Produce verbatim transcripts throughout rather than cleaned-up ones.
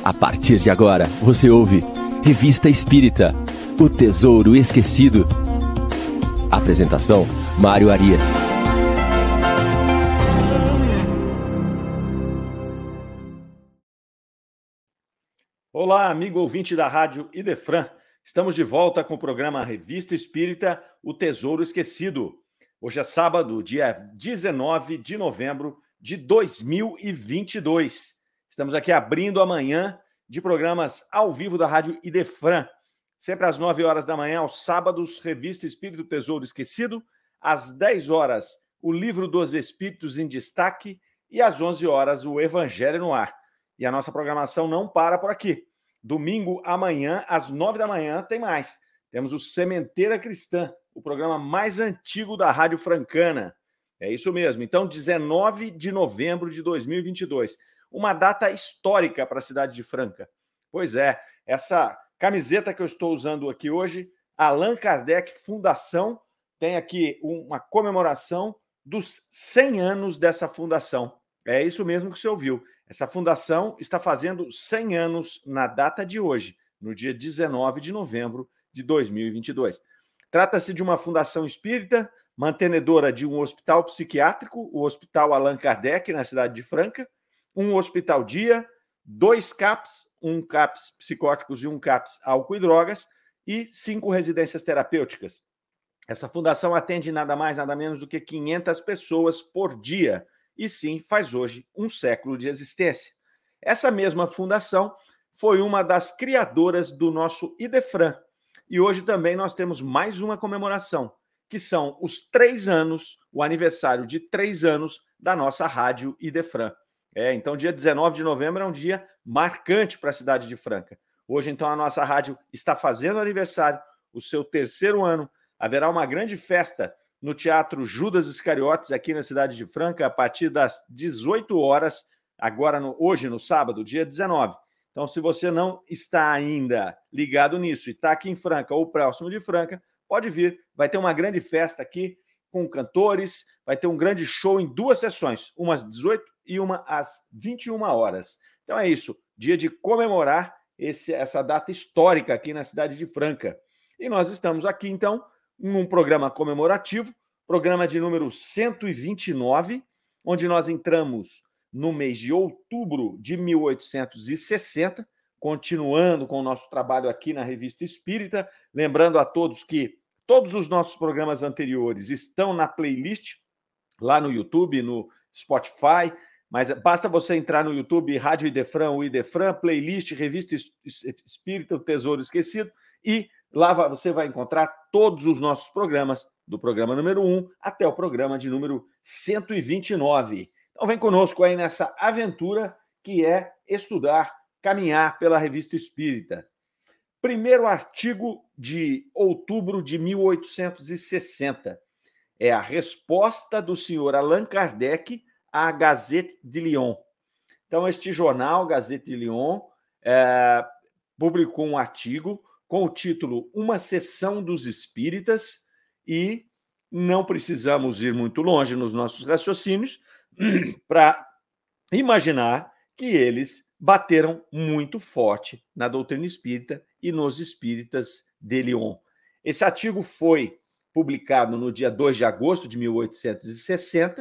A partir de agora, você ouve Revista Espírita, O Tesouro Esquecido. Apresentação, Mário Arias. Olá, amigo ouvinte da Rádio Idefran. Estamos de volta com o programa Revista Espírita, O Tesouro Esquecido. Hoje é sábado, dia dezenove de novembro de dois mil e vinte e dois. Estamos aqui abrindo a manhã de programas ao vivo da Rádio Idefran. Sempre às nove horas da manhã, aos sábados, Revista Espírito Tesouro Esquecido. Às dez horas, o Livro dos Espíritos em Destaque. E às onze horas, o Evangelho no Ar. E a nossa programação não para por aqui. Domingo, amanhã, às nove da manhã, tem mais. Temos o Sementeira Cristã, o programa mais antigo da Rádio Francana. É isso mesmo. Então, dezenove de novembro de dois mil e vinte e dois. Uma data histórica para a cidade de Franca. Pois é, essa camiseta que eu estou usando aqui hoje, Allan Kardec Fundação, tem aqui uma comemoração dos cem anos dessa fundação. É isso mesmo que você ouviu. Essa fundação está fazendo cem anos na data de hoje, no dia dezenove de novembro de dois mil e vinte e dois. Trata-se de uma fundação espírita, mantenedora de um hospital psiquiátrico, o Hospital Allan Kardec, na cidade de Franca, um hospital-dia, dois CAPs, um CAPs psicóticos e um CAPs álcool e drogas, e cinco residências terapêuticas. Essa fundação atende nada mais, nada menos do que quinhentas pessoas por dia, e sim, faz hoje um século de existência. Essa mesma fundação foi uma das criadoras do nosso Idefran, e hoje também nós temos mais uma comemoração, que são os três anos, o aniversário de três anos da nossa rádio Idefran. É, então, dia dezenove de novembro é um dia marcante para a cidade de Franca. Hoje, então, a nossa rádio está fazendo aniversário, o seu terceiro ano. Haverá uma grande festa no Teatro Judas Iscariotes, aqui na cidade de Franca, a partir das dezoito horas, agora, no, hoje, no sábado, dia dezenove. Então, se você não está ainda ligado nisso e está aqui em Franca ou próximo de Franca, pode vir. Vai ter uma grande festa aqui com cantores, vai ter um grande show em duas sessões, uma às dezoito e uma às vinte e uma horas. Então é isso, dia de comemorar esse, essa data histórica aqui na cidade de Franca. E nós estamos aqui, então, num programa comemorativo, programa de número cento e vinte e nove, onde nós entramos no mês de outubro de mil oitocentos e sessenta, continuando com o nosso trabalho aqui na Revista Espírita, lembrando a todos que todos os nossos programas anteriores estão na playlist, lá no YouTube, no Spotify, mas basta você entrar no YouTube, Rádio Idefran, o Idefran, playlist, Revista Espírita, o Tesouro Esquecido, e lá você vai encontrar todos os nossos programas, do programa número um até o programa de número cento e vinte e nove. Então vem conosco aí nessa aventura que é estudar, caminhar pela Revista Espírita. Primeiro artigo de outubro de mil oitocentos e sessenta. É a resposta do senhor Allan Kardec à Gazette de Lyon. Então, este jornal, Gazette de Lyon, é, publicou um artigo com o título Uma Sessão dos Espíritas, e não precisamos ir muito longe nos nossos raciocínios para imaginar que eles bateram muito forte na doutrina espírita e nos espíritas de Lyon. Esse artigo foi publicado no dia dois de agosto de mil oitocentos e sessenta,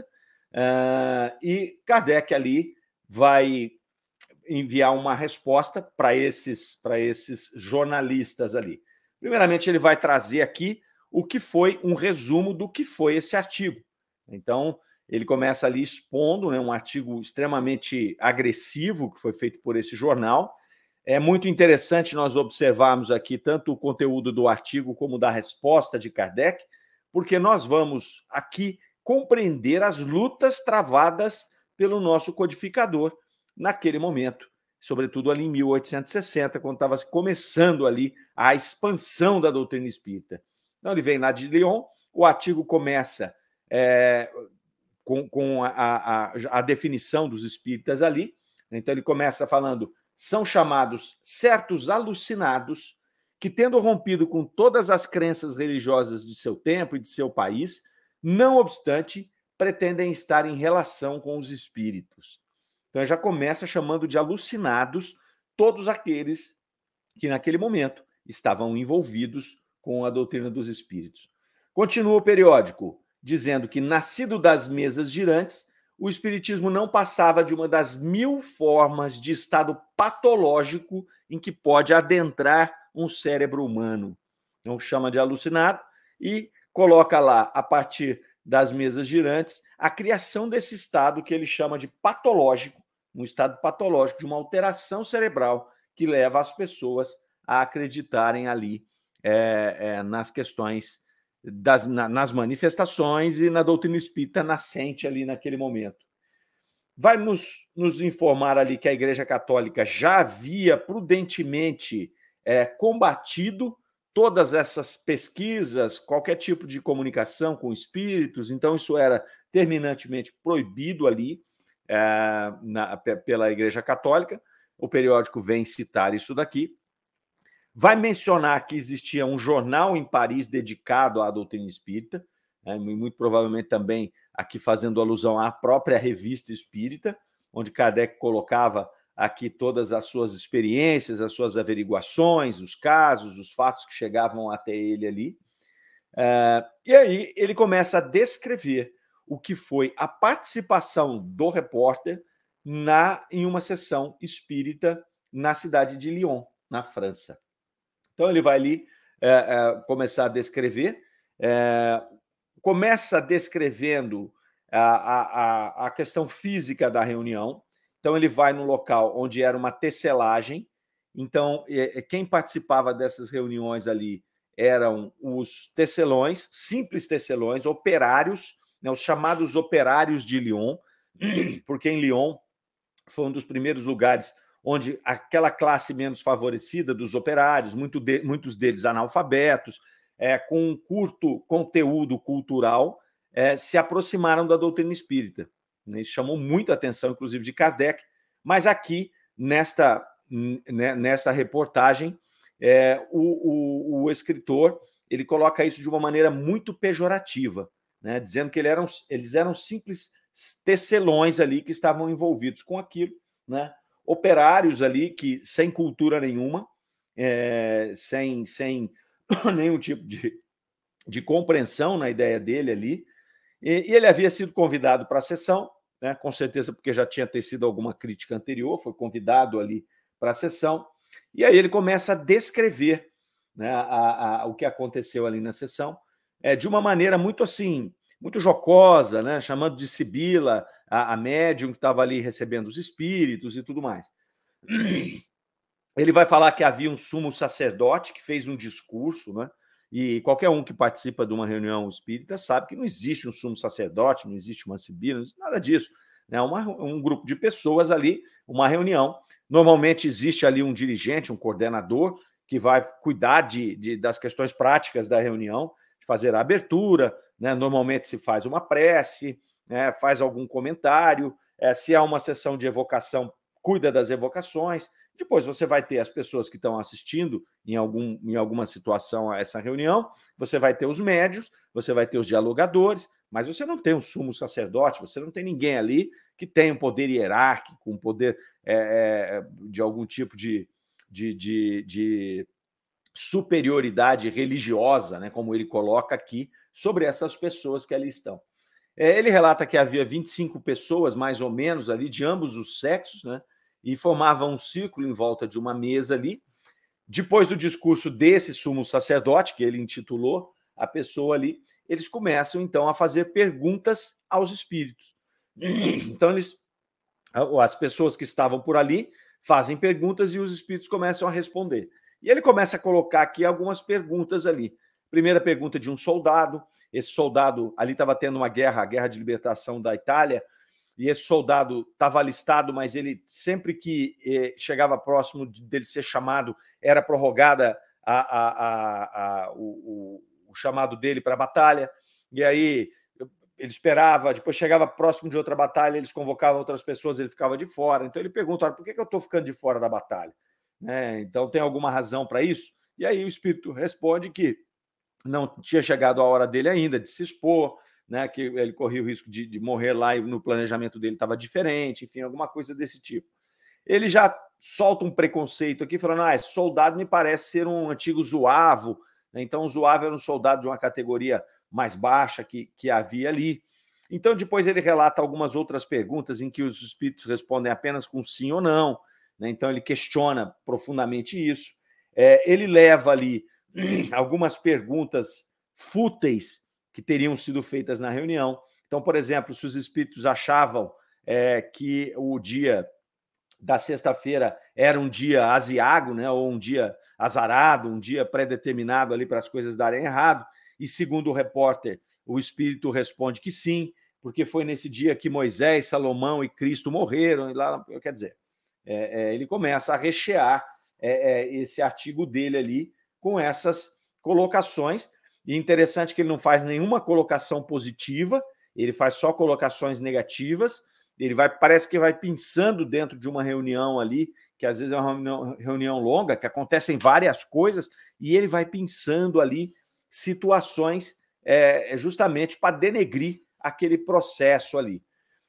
uh, e Kardec ali vai enviar uma resposta para esses, para esses jornalistas ali. Primeiramente, ele vai trazer aqui o que foi um resumo do que foi esse artigo. Então, ele começa ali expondo, né, um artigo extremamente agressivo que foi feito por esse jornal. É muito interessante nós observarmos aqui tanto o conteúdo do artigo como da resposta de Kardec, porque nós vamos aqui compreender as lutas travadas pelo nosso codificador naquele momento, sobretudo ali em mil oitocentos e sessenta, quando estava começando ali a expansão da doutrina espírita. Então, ele vem lá de Lyon, o artigo começa é, com, com a, a, a definição dos espíritas ali, então ele começa falando: são chamados certos alucinados que, tendo rompido com todas as crenças religiosas de seu tempo e de seu país, não obstante, pretendem estar em relação com os espíritos. Então, já começa chamando de alucinados todos aqueles que naquele momento estavam envolvidos com a doutrina dos espíritos. Continua o periódico dizendo que, nascido das mesas girantes, o espiritismo não passava de uma das mil formas de estado patológico em que pode adentrar um cérebro humano. Então chama de alucinado e coloca lá, a partir das mesas girantes, a criação desse estado que ele chama de patológico, um estado patológico de uma alteração cerebral que leva as pessoas a acreditarem ali é, é, nas questões, das, na, nas manifestações e na doutrina espírita nascente ali naquele momento. Vai nos, nos informar ali que a Igreja Católica já havia prudentemente é, combatido todas essas pesquisas, qualquer tipo de comunicação com espíritos, então isso era terminantemente proibido ali é, na, pela Igreja Católica. O periódico vem citar isso daqui. Vai mencionar que existia um jornal em Paris dedicado à doutrina espírita, né, muito provavelmente também aqui fazendo alusão à própria Revista Espírita, onde Kardec colocava aqui todas as suas experiências, as suas averiguações, os casos, os fatos que chegavam até ele ali. Uh, e aí ele começa a descrever o que foi a participação do repórter na, em uma sessão espírita na cidade de Lyon, na França. Então ele vai ali é, é, começar a descrever, é, começa descrevendo a, a, a questão física da reunião. Então ele vai no local onde era uma tecelagem. Então é, quem participava dessas reuniões ali eram os tecelões, simples tecelões, operários, né, os chamados operários de Lyon, porque em Lyon foi um dos primeiros lugares onde aquela classe menos favorecida dos operários, muito de, muitos deles analfabetos, é, com um curto conteúdo cultural, é, se aproximaram da doutrina espírita. Isso chamou muito a atenção, inclusive, de Kardec, mas aqui, nesta, né, nessa reportagem, é, o, o, o escritor ele coloca isso de uma maneira muito pejorativa, né, dizendo que ele eram, eles eram simples tecelões ali que estavam envolvidos com aquilo, né, operários ali que sem cultura nenhuma, é, sem, sem nenhum tipo de, de compreensão na ideia dele ali, e, e ele havia sido convidado para a sessão, né, com certeza porque já tinha tecido alguma crítica anterior, foi convidado ali para a sessão, e aí ele começa a descrever, né, a, a, o que aconteceu ali na sessão, é, de uma maneira muito assim, muito jocosa, né, chamando de Sibila, a, a médium que estava ali recebendo os espíritos e tudo mais. Ele vai falar que havia um sumo sacerdote que fez um discurso, né? E qualquer um que participa de uma reunião espírita sabe que não existe um sumo sacerdote, não existe uma sibila, não existe nada disso. É uma, um grupo de pessoas ali, uma reunião. Normalmente existe ali um dirigente, um coordenador, que vai cuidar de, de, das questões práticas da reunião, fazer a abertura, né? Normalmente se faz uma prece, né? Faz algum comentário, é, se há uma sessão de evocação, cuida das evocações. Depois você vai ter as pessoas que estão assistindo em, algum, em alguma situação a essa reunião, você vai ter os médios, você vai ter os dialogadores, mas você não tem um sumo sacerdote, você não tem ninguém ali que tenha um poder hierárquico, um poder é, de algum tipo de, de, de, de superioridade religiosa, né, como ele coloca aqui, sobre essas pessoas que ali estão. É, ele relata que havia vinte e cinco pessoas, mais ou menos, ali, de ambos os sexos, né, e formavam um círculo em volta de uma mesa ali. Depois do discurso desse sumo sacerdote, que ele intitulou a pessoa ali, eles começam, então, a fazer perguntas aos espíritos. Então, eles, as pessoas que estavam por ali fazem perguntas e os espíritos começam a responder. E ele começa a colocar aqui algumas perguntas ali. Primeira pergunta de um soldado. Esse soldado ali estava tendo uma guerra, a Guerra de Libertação da Itália, e esse soldado estava alistado, mas ele, sempre que eh, chegava próximo dele ser chamado, era prorrogada a, a, a, a, o, o chamado dele para a batalha, e aí ele esperava, depois chegava próximo de outra batalha, eles convocavam outras pessoas, ele ficava de fora. Então ele pergunta, por que, que eu estou ficando de fora da batalha? Né? Então tem alguma razão para isso? E aí o espírito responde que não tinha chegado a hora dele ainda de se expor, né, que ele corria o risco de, de morrer lá e no planejamento dele estava diferente, enfim, alguma coisa desse tipo. ele já solta um preconceito aqui, falando, ah, soldado me parece ser um antigo zuavo, né? Então o zuavo era um soldado de uma categoria mais baixa que, que havia ali. Então depois ele relata algumas outras perguntas em que os espíritos respondem apenas com sim ou não, né? Então ele questiona profundamente isso. É, ele leva ali algumas perguntas fúteis que teriam sido feitas na reunião. Então, por exemplo, se os espíritos achavam é, que o dia da sexta-feira era um dia aziago, né, ou um dia azarado, um dia pré-determinado ali para as coisas darem errado, e segundo o repórter, o espírito responde que sim, porque foi nesse dia que Moisés, Salomão e Cristo morreram, e lá, quer dizer, é, é, ele começa a rechear é, é, esse artigo dele ali com essas colocações, e interessante que ele não faz nenhuma colocação positiva, ele faz só colocações negativas, ele vai, parece que vai pensando dentro de uma reunião ali, que às vezes é uma reunião, reunião longa, que acontecem várias coisas, e ele vai pensando ali situações é, justamente para denegrir aquele processo ali.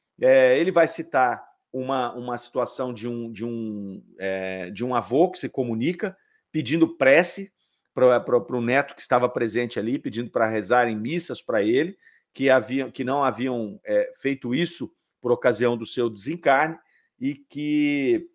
É, ele vai citar uma, uma situação de um, de, um, é, de um avô que se comunica, pedindo prece para o neto que estava presente ali, pedindo para rezar em missas para ele, que, haviam, que não haviam é, feito isso por ocasião do seu desencarne, e que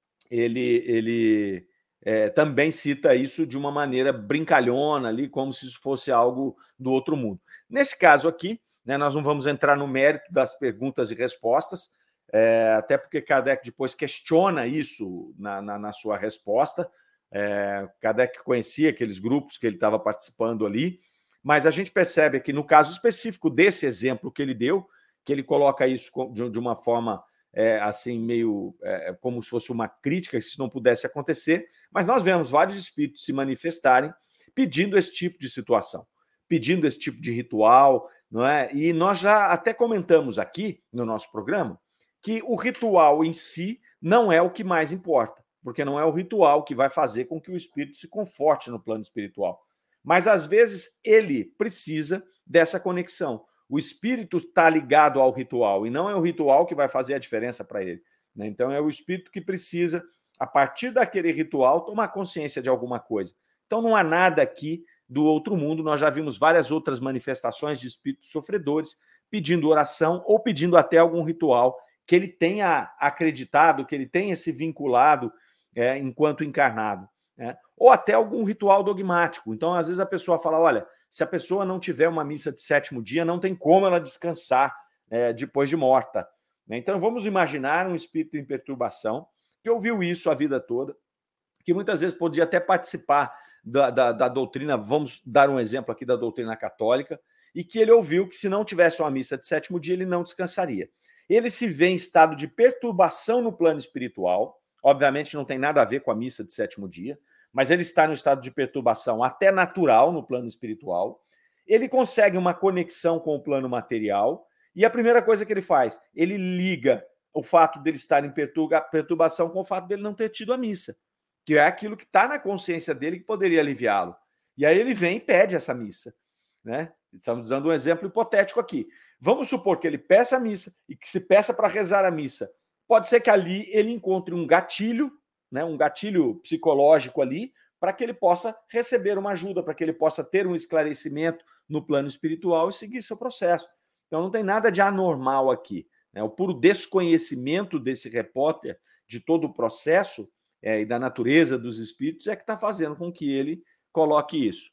ele, ele é, também cita isso de uma maneira brincalhona ali, como se isso fosse algo do outro mundo. Nesse caso aqui, né, nós não vamos entrar no mérito das perguntas e respostas, é, até porque Kardec depois questiona isso na, na, na sua resposta. É, Kardec conhecia aqueles grupos que ele estava participando ali, mas a gente percebe que no caso específico desse exemplo que ele deu, que ele coloca isso de uma forma é, assim, meio é, como se fosse uma crítica, se não pudesse acontecer, mas nós vemos vários espíritos se manifestarem pedindo esse tipo de situação, pedindo esse tipo de ritual, não é? E nós já até comentamos aqui no nosso programa que o ritual em si não é o que mais importa, porque não é o ritual que vai fazer com que o espírito se conforte no plano espiritual. Mas, às vezes, ele precisa dessa conexão. O espírito está ligado ao ritual, e não é o ritual que vai fazer a diferença para ele, né? Então, é o espírito que precisa, a partir daquele ritual, tomar consciência de alguma coisa. Então, não há nada aqui do outro mundo. Nós já vimos várias outras manifestações de espíritos sofredores pedindo oração ou pedindo até algum ritual que ele tenha acreditado, que ele tenha se vinculado é, enquanto encarnado, né? Ou até algum ritual dogmático. Então, às vezes a pessoa fala, olha, se a pessoa não tiver uma missa de sétimo dia, não tem como ela descansar é, depois de morta, né? Então, vamos imaginar um espírito em perturbação que ouviu isso a vida toda, que muitas vezes podia até participar da, da, da doutrina, vamos dar um exemplo aqui da doutrina católica, e que ele ouviu que se não tivesse uma missa de sétimo dia, ele não descansaria. Ele se vê em estado de perturbação no plano espiritual, obviamente não tem nada a ver com a missa de sétimo dia, mas ele está no estado de perturbação até natural no plano espiritual. Ele consegue uma conexão com o plano material, e a primeira coisa que ele faz, ele liga o fato dele estar em perturba, perturbação com o fato dele não ter tido a missa, que é aquilo que está na consciência dele que poderia aliviá-lo. E aí ele vem e pede essa missa, né? Estamos usando um exemplo hipotético aqui. Vamos supor que ele peça a missa e que se peça para rezar a missa. Pode ser que ali ele encontre um gatilho, né, um gatilho psicológico ali, para que ele possa receber uma ajuda, para que ele possa ter um esclarecimento no plano espiritual e seguir seu processo. Então não tem nada de anormal aqui, né? O puro desconhecimento desse repórter de todo o processo é, e da natureza dos espíritos é que está fazendo com que ele coloque isso.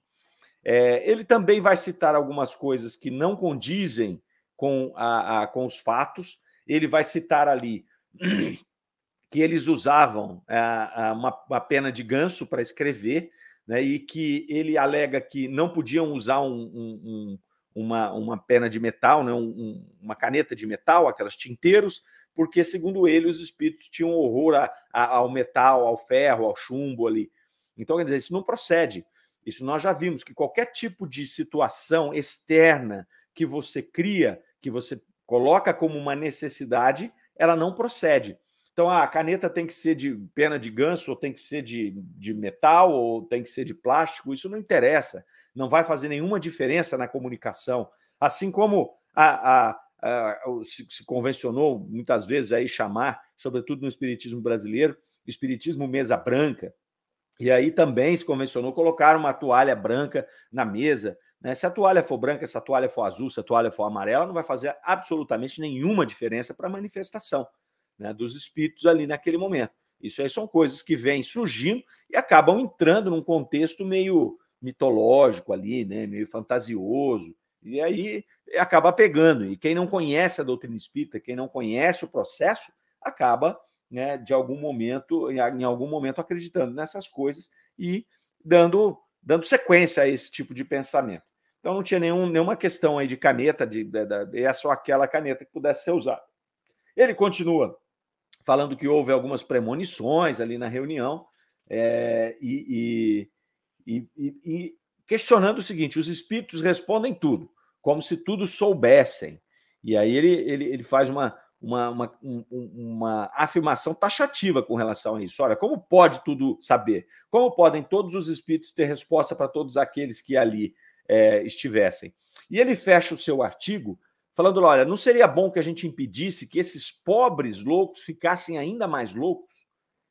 É, ele também vai citar algumas coisas que não condizem com, a, a, com os fatos. Ele vai citar ali que eles usavam a, a, uma, uma pena de ganso para escrever, né, e que ele alega que não podiam usar um, um, um, uma, uma pena de metal, né, um, uma caneta de metal, aquelas tinteiros, porque, segundo ele, os espíritos tinham horror a, a, ao metal, ao ferro, ao chumbo ali. Então, quer dizer, isso não procede. Isso nós já vimos, que qualquer tipo de situação externa que você cria, que você coloca como uma necessidade, ela não procede. Então, a caneta tem que ser de pena de ganso, ou tem que ser de, de metal, ou tem que ser de plástico, isso não interessa. Não vai fazer nenhuma diferença na comunicação. Assim como a, a, uh, se, se convencionou muitas vezes aí chamar, sobretudo no espiritismo brasileiro, espiritismo mesa branca. E aí também se convencionou colocar uma toalha branca na mesa. Né? Se a toalha for branca, se a toalha for azul, se a toalha for amarela, não vai fazer absolutamente nenhuma diferença para a manifestação, né, dos espíritos ali naquele momento. Isso aí são coisas que vêm surgindo e acabam entrando num contexto meio mitológico ali, né, meio fantasioso, e aí acaba pegando. E quem não conhece a doutrina espírita, quem não conhece o processo, acaba, né, de algum momento, em algum momento acreditando nessas coisas e dando, dando sequência a esse tipo de pensamento. Então não tinha nenhum, nenhuma questão aí de caneta, de, de, de, é só aquela caneta que pudesse ser usada. Ele continua falando que houve algumas premonições ali na reunião, é, e, e, e, e questionando o seguinte: os espíritos respondem tudo, como se tudo soubessem. E aí ele, ele, ele faz uma, uma, uma, uma afirmação taxativa com relação a isso. Olha, como pode tudo saber? Como podem todos os espíritos ter resposta para todos aqueles que ali é, estivessem? E ele fecha o seu artigo falando, olha, não seria bom que a gente impedisse que esses pobres loucos ficassem ainda mais loucos?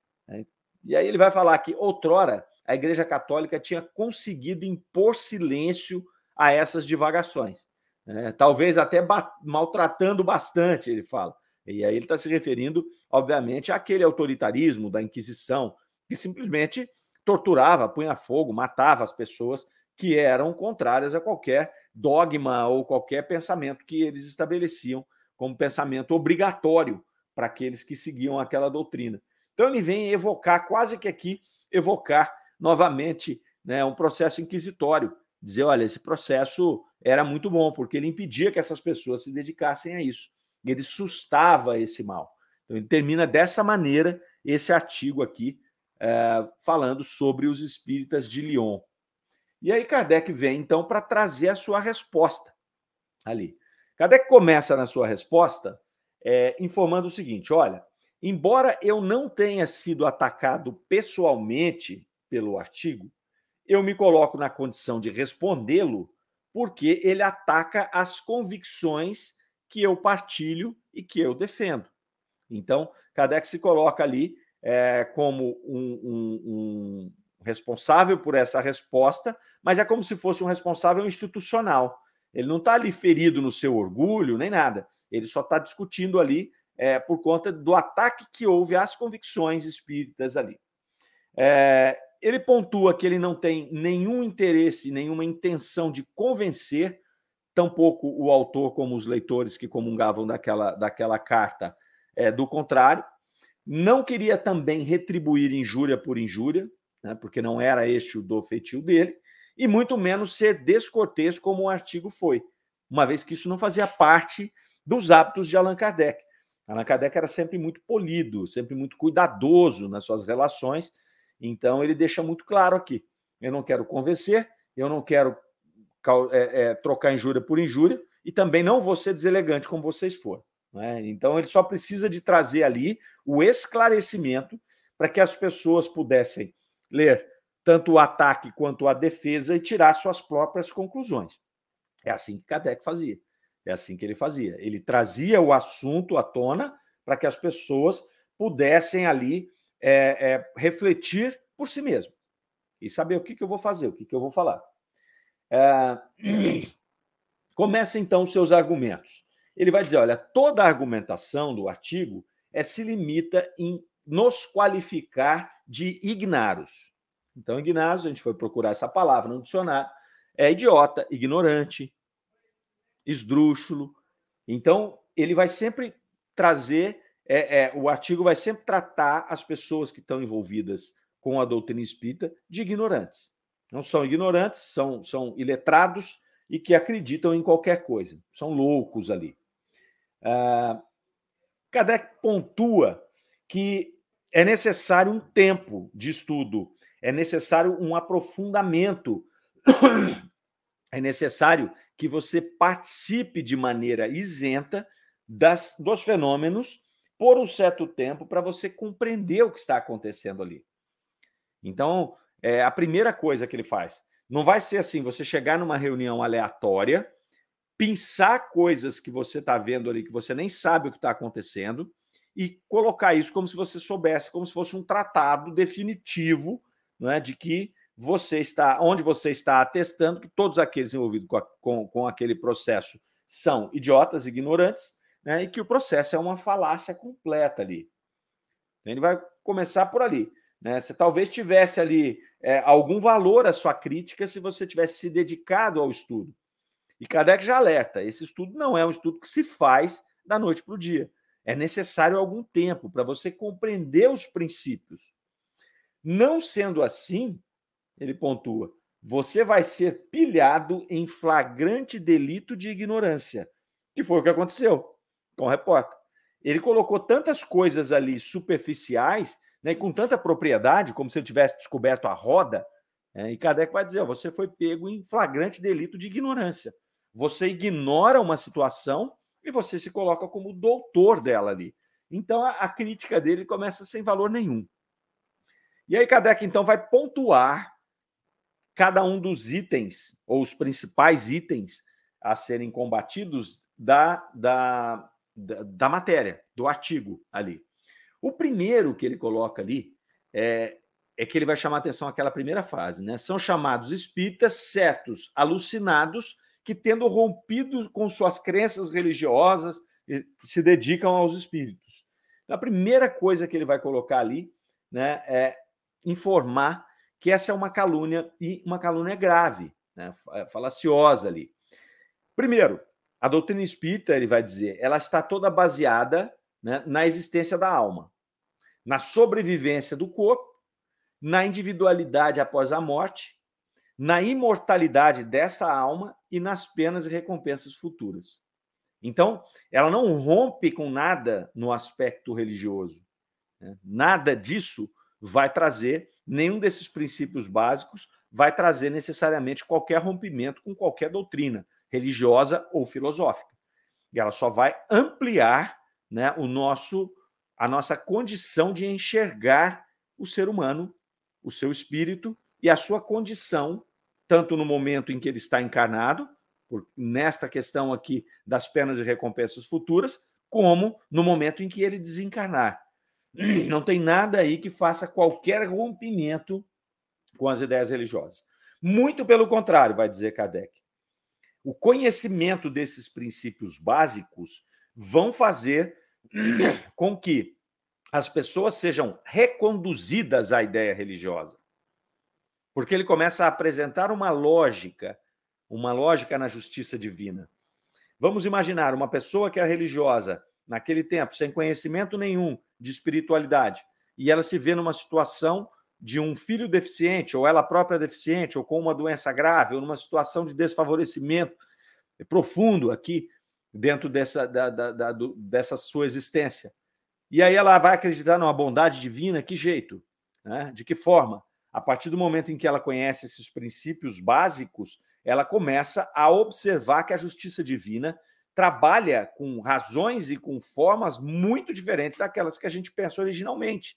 E aí ele vai falar que, outrora, a Igreja Católica tinha conseguido impor silêncio a essas divagações. Né? Talvez até ba- maltratando bastante, ele fala. E aí ele está se referindo, obviamente, àquele autoritarismo da Inquisição, que simplesmente torturava, punha fogo, matava as pessoas que eram contrárias a qualquer dogma ou qualquer pensamento que eles estabeleciam como pensamento obrigatório para aqueles que seguiam aquela doutrina. Então ele vem evocar, quase que aqui, evocar novamente, né, um processo inquisitório, dizer, olha, esse processo era muito bom, porque ele impedia que essas pessoas se dedicassem a isso. Ele sustava esse mal. Então ele termina dessa maneira esse artigo aqui, é, falando sobre os espíritas de Lyon. E aí Kardec vem, então, para trazer a sua resposta ali. Kardec começa na sua resposta é, informando o seguinte, olha, embora eu não tenha sido atacado pessoalmente pelo artigo, eu me coloco na condição de respondê-lo porque ele ataca as convicções que eu partilho e que eu defendo. Então, Kardec se coloca ali é, como um, um, um responsável por essa resposta, mas é como se fosse um responsável institucional. Ele não está ali ferido no seu orgulho, nem nada. Ele só está discutindo ali é, por conta do ataque que houve às convicções espíritas ali. É, ele pontua que ele não tem nenhum interesse, nenhuma intenção de convencer, tampouco o autor como os leitores que comungavam daquela, daquela carta, é, do contrário. Não queria também retribuir injúria por injúria, né, porque não era este o do feitio dele, e muito menos ser descortês como o artigo foi, uma vez que isso não fazia parte dos hábitos de Allan Kardec. Allan Kardec era sempre muito polido, sempre muito cuidadoso nas suas relações, então ele deixa muito claro aqui, eu não quero convencer, eu não quero é, é, trocar injúria por injúria, e também não vou ser deselegante como vocês foram. Né? Então ele só precisa de trazer ali o esclarecimento para que as pessoas pudessem ler tanto o ataque quanto a defesa e tirar suas próprias conclusões. É assim que Kardec fazia. É assim que ele fazia. Ele trazia o assunto à tona para que as pessoas pudessem ali é, é, refletir por si mesmo e saber o que, que eu vou fazer, o que, que eu vou falar. É... Começa, então, os seus argumentos. Ele vai dizer, olha, toda a argumentação do artigo é, se limita em nos qualificar de ignaros. Então, ignaros, a gente foi procurar essa palavra no dicionário, é idiota, ignorante, esdrúxulo. Então, ele vai sempre trazer, é, é, o artigo vai sempre tratar as pessoas que estão envolvidas com a doutrina espírita de ignorantes. Não são ignorantes, são, são iletrados e que acreditam em qualquer coisa. São loucos ali. Ah, Kardec pontua que é necessário um tempo de estudo, é necessário um aprofundamento, é necessário que você participe de maneira isenta das, dos fenômenos por um certo tempo para você compreender o que está acontecendo ali. Então, é a primeira coisa que ele faz. Não vai ser assim, você chegar numa reunião aleatória, pensar coisas que você está vendo ali, que você nem sabe o que está acontecendo, e colocar isso como se você soubesse, como se fosse um tratado definitivo, não é, de que você está, onde você está atestando que todos aqueles envolvidos com, a, com, com aquele processo são idiotas, ignorantes, né, e que o processo é uma falácia completa ali. Então, ele vai começar por ali. Né? Você talvez tivesse ali é, algum valor a sua crítica se você tivesse se dedicado ao estudo. E Kardec já alerta, esse estudo não é um estudo que se faz da noite para o dia. É necessário algum tempo para você compreender os princípios. Não sendo assim, ele pontua, você vai ser pilhado em flagrante delito de ignorância, que foi o que aconteceu com o repórter. Ele colocou tantas coisas ali superficiais, né, e com tanta propriedade, como se ele tivesse descoberto a roda, é, e Kardec vai dizer, ó, você foi pego em flagrante delito de ignorância. Você ignora uma situação e você se coloca como doutor dela ali. Então, a, a crítica dele começa sem valor nenhum. E aí Kardec, então, vai pontuar cada um dos itens, ou os principais itens a serem combatidos da, da, da, da matéria, do artigo ali. O primeiro que ele coloca ali é, é que ele vai chamar a atenção àquela primeira frase, né? São chamados espíritas certos, alucinados, que, tendo rompido com suas crenças religiosas, se dedicam aos espíritos. Então, a primeira coisa que ele vai colocar ali, né, é informar que essa é uma calúnia, e uma calúnia grave, né, falaciosa ali. Primeiro, a doutrina espírita, ele vai dizer, ela está toda baseada, né, na existência da alma, na sobrevivência do corpo, na individualidade após a morte, na imortalidade dessa alma e nas penas e recompensas futuras. Então, ela não rompe com nada no aspecto religioso. Né? Nada disso vai trazer, nenhum desses princípios básicos vai trazer necessariamente qualquer rompimento com qualquer doutrina religiosa ou filosófica. E ela só vai ampliar, né, o nosso, a nossa condição de enxergar o ser humano, o seu espírito e a sua condição, tanto no momento em que ele está encarnado, por, nesta questão aqui das penas e recompensas futuras, como no momento em que ele desencarnar. Não tem nada aí que faça qualquer rompimento com as ideias religiosas. Muito pelo contrário, vai dizer Kardec. O conhecimento desses princípios básicos vão fazer com que as pessoas sejam reconduzidas à ideia religiosa. Porque ele começa a apresentar uma lógica, uma lógica na justiça divina. Vamos imaginar uma pessoa que é religiosa, naquele tempo, sem conhecimento nenhum de espiritualidade, e ela se vê numa situação de um filho deficiente, ou ela própria deficiente, ou com uma doença grave, ou numa situação de desfavorecimento profundo aqui, dentro dessa, da, da, da, dessa sua existência. E aí ela vai acreditar numa bondade divina, que jeito? Né? De que forma? A partir do momento em que ela conhece esses princípios básicos, ela começa a observar que a justiça divina trabalha com razões e com formas muito diferentes daquelas que a gente pensa originalmente.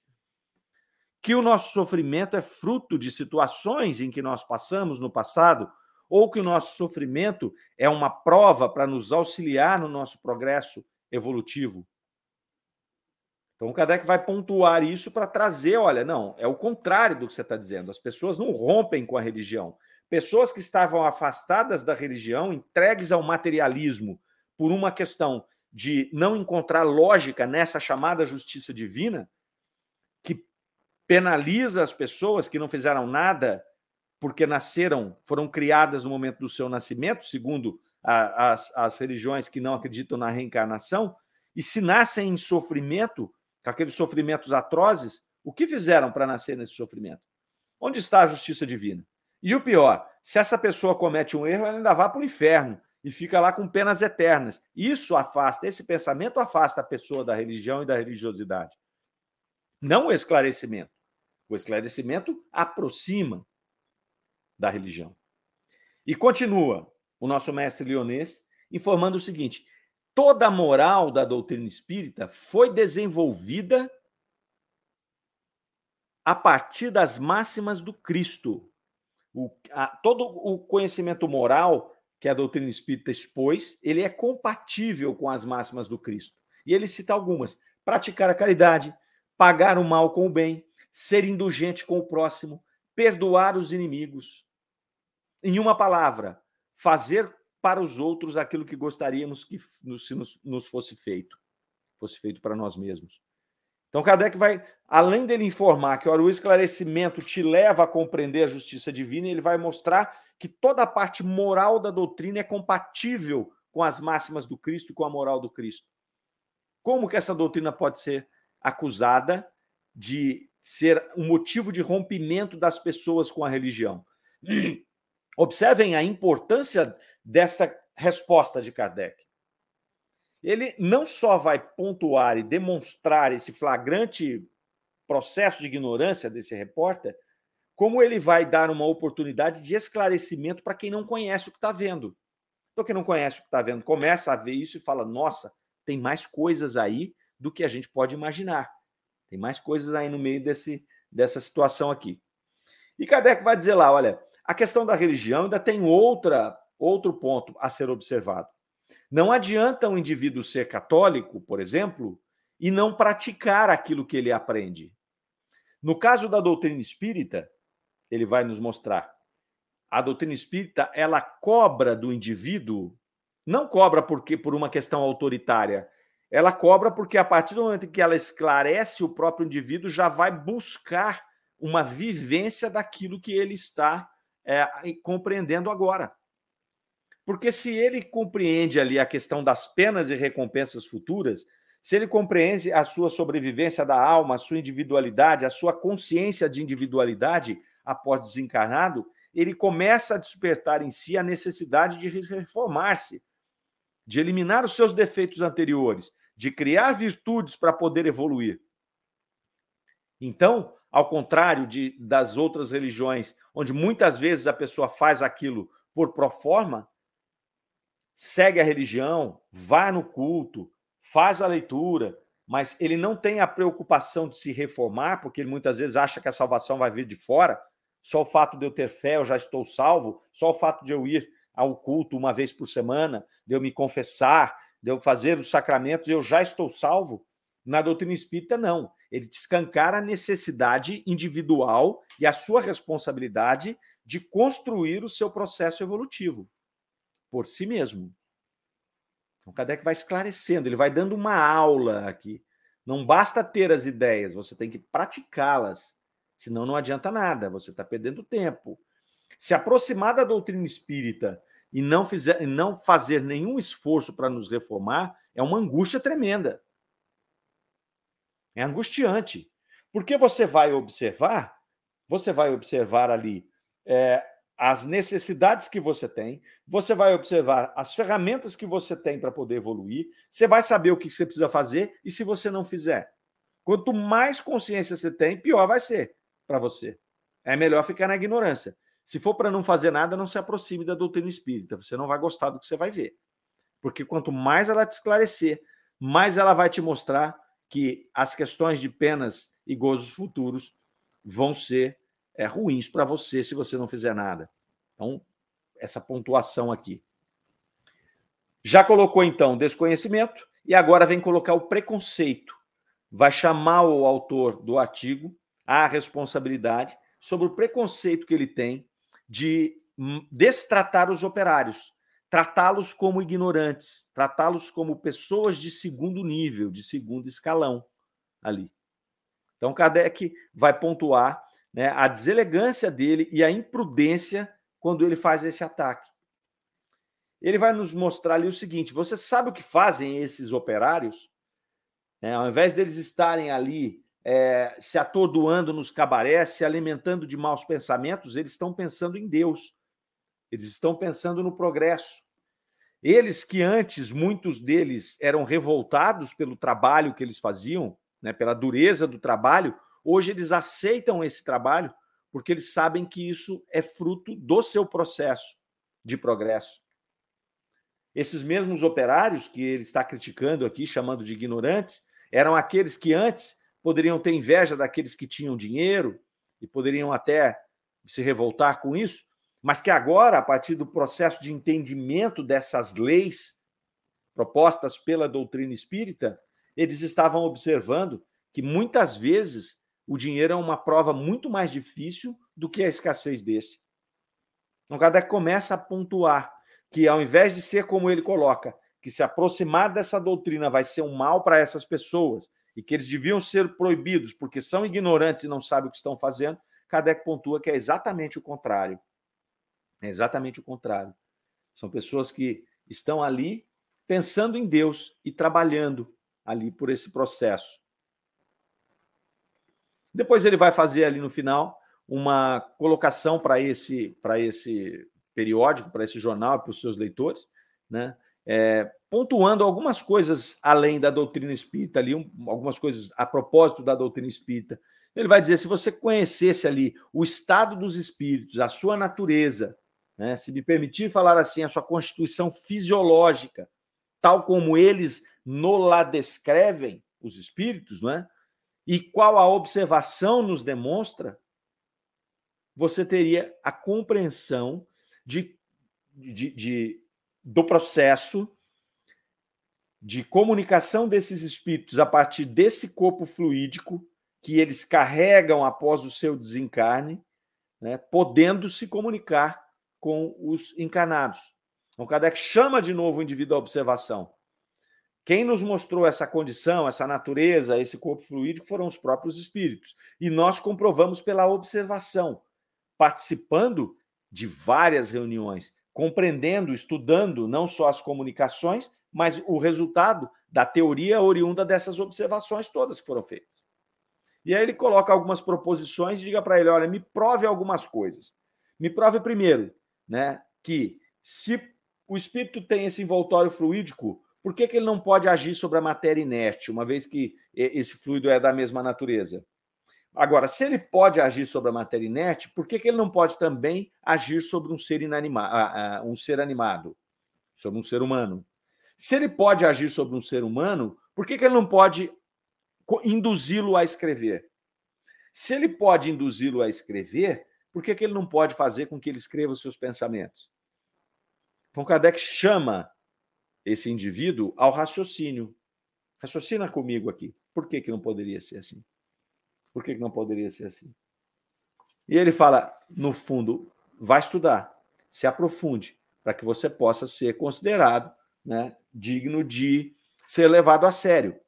Que o nosso sofrimento é fruto de situações em que nós passamos no passado, ou que o nosso sofrimento é uma prova para nos auxiliar no nosso progresso evolutivo. Então, o Kardec vai pontuar isso para trazer, olha, não, é o contrário do que você está dizendo. As pessoas não rompem com a religião. Pessoas que estavam afastadas da religião, entregues ao materialismo, por uma questão de não encontrar lógica nessa chamada justiça divina, que penaliza as pessoas que não fizeram nada porque nasceram, foram criadas no momento do seu nascimento, segundo a, as, as religiões que não acreditam na reencarnação, e se nascem em sofrimento, com aqueles sofrimentos atrozes, o que fizeram para nascer nesse sofrimento? Onde está a justiça divina? E o pior, se essa pessoa comete um erro, ela ainda vai para o inferno e fica lá com penas eternas. Isso afasta, esse pensamento afasta a pessoa da religião e da religiosidade. Não o esclarecimento. O esclarecimento aproxima da religião. E continua o nosso mestre Lyonês informando o seguinte: toda a moral da doutrina espírita foi desenvolvida a partir das máximas do Cristo. O, a, todo o conhecimento moral que a doutrina espírita expôs, ele é compatível com as máximas do Cristo. E ele cita algumas: praticar a caridade, pagar o mal com o bem, ser indulgente com o próximo, perdoar os inimigos. Em uma palavra, fazer para os outros aquilo que gostaríamos que nos, nos fosse feito, fosse feito para nós mesmos. Então, Kardec vai, além dele informar que olha, o esclarecimento te leva a compreender a justiça divina, ele vai mostrar que toda a parte moral da doutrina é compatível com as máximas do Cristo e com a moral do Cristo. Como que essa doutrina pode ser acusada de ser um motivo de rompimento das pessoas com a religião? Observem a importância dessa resposta de Kardec. Ele não só vai pontuar e demonstrar esse flagrante processo de ignorância desse repórter, como ele vai dar uma oportunidade de esclarecimento para quem não conhece o que está vendo. Então, quem não conhece o que está vendo começa a ver isso e fala: nossa, tem mais coisas aí do que a gente pode imaginar. Tem mais coisas aí no meio desse, dessa situação aqui. E Kardec vai dizer lá, olha, a questão da religião ainda tem outra, outro ponto a ser observado. Não adianta um indivíduo ser católico, por exemplo, e não praticar aquilo que ele aprende. No caso da doutrina espírita, ele vai nos mostrar, a doutrina espírita, ela cobra do indivíduo, não cobra porque por uma questão autoritária, ela cobra porque a partir do momento em que ela esclarece o próprio indivíduo, já vai buscar uma vivência daquilo que ele está é, compreendendo agora. Porque se ele compreende ali a questão das penas e recompensas futuras, se ele compreende a sua sobrevivência da alma, a sua individualidade, a sua consciência de individualidade após desencarnado, ele começa a despertar em si a necessidade de reformar-se, de eliminar os seus defeitos anteriores, de criar virtudes para poder evoluir. Então, ao contrário de, das outras religiões, onde muitas vezes a pessoa faz aquilo por proforma, segue a religião, vai no culto, faz a leitura, mas ele não tem a preocupação de se reformar, porque ele muitas vezes acha que a salvação vai vir de fora. Só o fato de eu ter fé, eu já estou salvo. Só o fato de eu ir ao culto uma vez por semana, de eu me confessar, de eu fazer os sacramentos, eu já estou salvo. Na doutrina espírita, não. Ele te escancara a necessidade individual e a sua responsabilidade de construir o seu processo evolutivo por si mesmo. Então, Kardec vai esclarecendo, ele vai dando uma aula aqui. Não basta ter as ideias, você tem que praticá-las. Senão não adianta nada, você está perdendo tempo. Se aproximar da doutrina espírita e não, fizer, não fazer nenhum esforço para nos reformar é uma angústia tremenda. É angustiante. Porque você vai observar, você vai observar ali é, as necessidades que você tem, você vai observar as ferramentas que você tem para poder evoluir, você vai saber o que você precisa fazer e se você não fizer. Quanto mais consciência você tem, pior vai ser para você. É melhor ficar na ignorância. Se for para não fazer nada, não se aproxime da doutrina espírita. Você não vai gostar do que você vai ver. Porque quanto mais ela te esclarecer, mais ela vai te mostrar que as questões de penas e gozos futuros vão ser é, ruins para você se você não fizer nada. Então, essa pontuação aqui. Já colocou, então, desconhecimento e agora vem colocar o preconceito. Vai chamar o autor do artigo à responsabilidade sobre o preconceito que ele tem de destratar os operários, tratá-los como ignorantes, tratá-los como pessoas de segundo nível, de segundo escalão ali. Então, Kardec vai pontuar, né, a deselegância dele e a imprudência quando ele faz esse ataque. Ele vai nos mostrar ali o seguinte: você sabe o que fazem esses operários? É, ao invés deles estarem ali é, se atordoando nos cabarés, se alimentando de maus pensamentos, eles estão pensando em Deus. Eles estão pensando no progresso. Eles que antes, muitos deles, eram revoltados pelo trabalho que eles faziam, né, pela dureza do trabalho, hoje eles aceitam esse trabalho porque eles sabem que isso é fruto do seu processo de progresso. Esses mesmos operários que ele está criticando aqui, chamando de ignorantes, eram aqueles que antes poderiam ter inveja daqueles que tinham dinheiro e poderiam até se revoltar com isso. mas que agora, a partir do processo de entendimento dessas leis propostas pela doutrina espírita, eles estavam observando que muitas vezes o dinheiro é uma prova muito mais difícil do que a escassez desse. Então, Kardec começa a pontuar que, ao invés de ser como ele coloca, que se aproximar dessa doutrina vai ser um mal para essas pessoas e que eles deviam ser proibidos porque são ignorantes e não sabem o que estão fazendo, Kardec pontua que é exatamente o contrário. É exatamente o contrário. São pessoas que estão ali pensando em Deus e trabalhando ali por esse processo. Depois ele vai fazer ali no final uma colocação para esse, para esse periódico, para esse jornal, para os seus leitores, né? É, pontuando algumas coisas além da doutrina espírita, ali, um, algumas coisas a propósito da doutrina espírita. Ele vai dizer, se você conhecesse ali o estado dos espíritos, a sua natureza, né, se me permitir falar assim, a sua constituição fisiológica, tal como eles no lá descrevem, os espíritos, não é? E qual a observação nos demonstra, você teria a compreensão de, de, de, do processo de comunicação desses espíritos a partir desse corpo fluídico que eles carregam após o seu desencarne, né, podendo se comunicar com os encarnados. Então, Kardec chama de novo o indivíduo à observação. Quem nos mostrou essa condição, essa natureza, esse corpo fluídico foram os próprios espíritos. E nós comprovamos pela observação, participando de várias reuniões, compreendendo, estudando não só as comunicações, mas o resultado da teoria oriunda dessas observações todas que foram feitas. E aí ele coloca algumas proposições e diga para ele, olha, me prove algumas coisas. Me prove primeiro, né, que se o espírito tem esse envoltório fluídico, por que, que ele não pode agir sobre a matéria inerte, uma vez que esse fluido é da mesma natureza? Agora, se ele pode agir sobre a matéria inerte, por que, que ele não pode também agir sobre um ser, inanima, um ser animado, sobre um ser humano? Se ele pode agir sobre um ser humano, por que, que ele não pode induzi-lo a escrever? Se ele pode induzi-lo a escrever, por que, que ele não pode fazer com que ele escreva os seus pensamentos? Então, Kardec chama esse indivíduo ao raciocínio. Raciocina comigo aqui. Por que, que não poderia ser assim? Por que, que não poderia ser assim? E ele fala, no fundo, vai estudar, se aprofunde, para que você possa ser considerado, né, digno de ser levado a sério.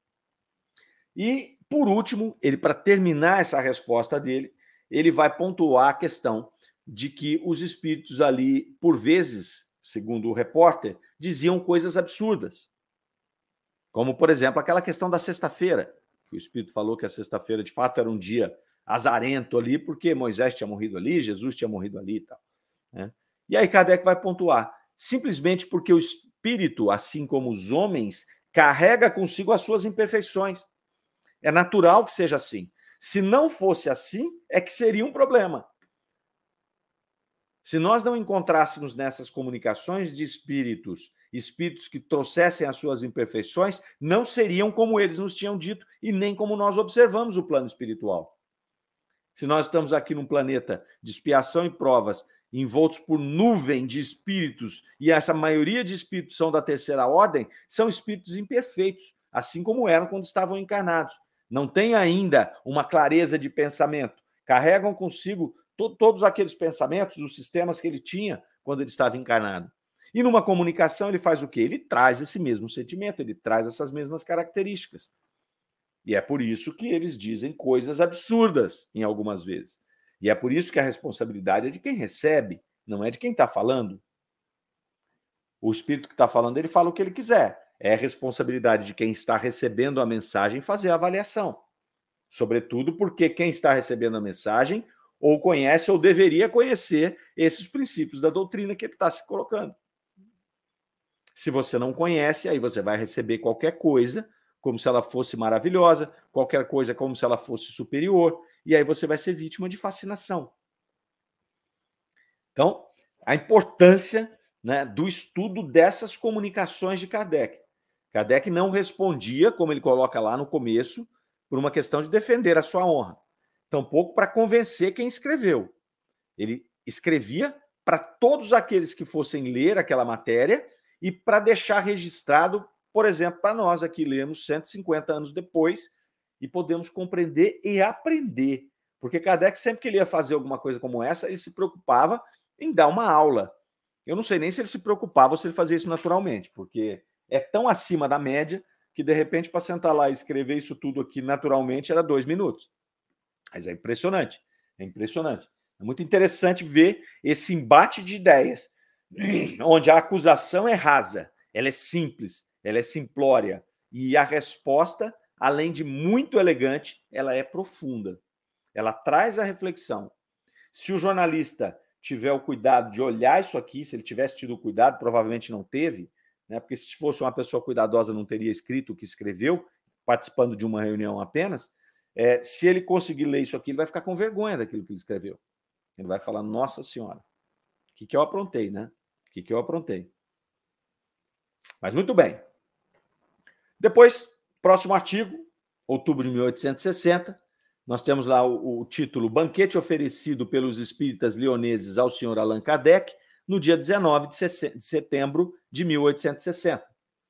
E, por último, ele, para terminar essa resposta dele, ele vai pontuar a questão de que os espíritos ali, por vezes, segundo o repórter, diziam coisas absurdas. Como, por exemplo, aquela questão da sexta-feira, que o espírito falou que a sexta-feira, de fato, era um dia azarento ali, porque Moisés tinha morrido ali, Jesus tinha morrido ali e tal, né? E aí Kardec vai pontuar, simplesmente porque o espírito, assim como os homens, carrega consigo as suas imperfeições. É natural que seja assim. Se não fosse assim, é que seria um problema. Se nós não encontrássemos nessas comunicações de espíritos, espíritos que trouxessem as suas imperfeições, não seriam como eles nos tinham dito e nem como nós observamos o plano espiritual. Se nós estamos aqui num planeta de expiação e provas, envoltos por nuvem de espíritos, e essa maioria de espíritos são da terceira ordem, são espíritos imperfeitos, assim como eram quando estavam encarnados. Não têm ainda uma clareza de pensamento, carregam consigo to- todos aqueles pensamentos, os sistemas que ele tinha quando ele estava encarnado. E numa comunicação ele faz o quê? Ele traz esse mesmo sentimento, ele traz essas mesmas características. E é por isso que eles dizem coisas absurdas em algumas vezes. E é por isso que a responsabilidade é de quem recebe, não é de quem está falando. O espírito que está falando, ele fala o que ele quiser. É a responsabilidade de quem está recebendo a mensagem fazer a avaliação. Sobretudo porque quem está recebendo a mensagem ou conhece ou deveria conhecer esses princípios da doutrina que ele está se colocando. Se você não conhece, aí você vai receber qualquer coisa como se ela fosse maravilhosa, qualquer coisa como se ela fosse superior, e aí você vai ser vítima de fascinação. Então, a importância, né, do estudo dessas comunicações de Kardec. Kardec não respondia, como ele coloca lá no começo, por uma questão de defender a sua honra, tampouco para convencer quem escreveu. Ele escrevia para todos aqueles que fossem ler aquela matéria e para deixar registrado, por exemplo, para nós aqui lemos cento e cinquenta anos depois e podemos compreender e aprender. Porque Kardec, sempre que ele ia fazer alguma coisa como essa, ele se preocupava em dar uma aula. Eu não sei nem se ele se preocupava ou se ele fazia isso naturalmente, porque é tão acima da média que, de repente, para sentar lá e escrever isso tudo aqui naturalmente, era dois minutos. Mas é impressionante, é impressionante. É muito interessante ver esse embate de ideias, onde a acusação é rasa, ela é simples, ela é simplória, e a resposta, além de muito elegante, ela é profunda. Ela traz a reflexão. Se o jornalista tiver o cuidado de olhar isso aqui, se ele tivesse tido o cuidado, provavelmente não teve, né? Porque se fosse uma pessoa cuidadosa não teria escrito o que escreveu, participando de uma reunião apenas. É, se ele conseguir ler isso aqui, ele vai ficar com vergonha daquilo que ele escreveu. Ele vai falar, nossa senhora, o que, que eu aprontei, né? O que, que eu aprontei? Mas muito bem. Depois, próximo artigo, outubro de mil oitocentos e sessenta, nós temos lá o, o título Banquete oferecido pelos espíritas lioneses ao senhor Allan Kardec no dia dezenove de setembro de mil oitocentos e sessenta.